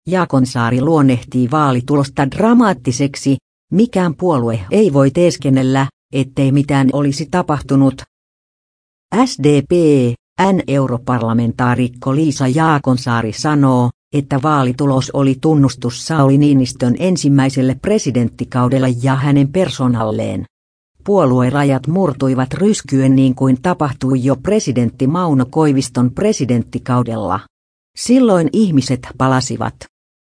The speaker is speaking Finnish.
Jaakonsaari luonnehtii vaalitulosta dramaattiseksi, mikään puolue ei voi teeskennellä, ettei mitään olisi tapahtunut. SDP:n europarlamentaarikko Liisa Jaakonsaari sanoo, että vaalitulos oli tunnustus Sauli Niinistön ensimmäiselle presidenttikaudella ja hänen persoonalleen. Puoluerajat murtuivat ryskyen niin kuin tapahtui jo presidentti Mauno Koiviston presidenttikaudella. Silloin ihmiset palasivat.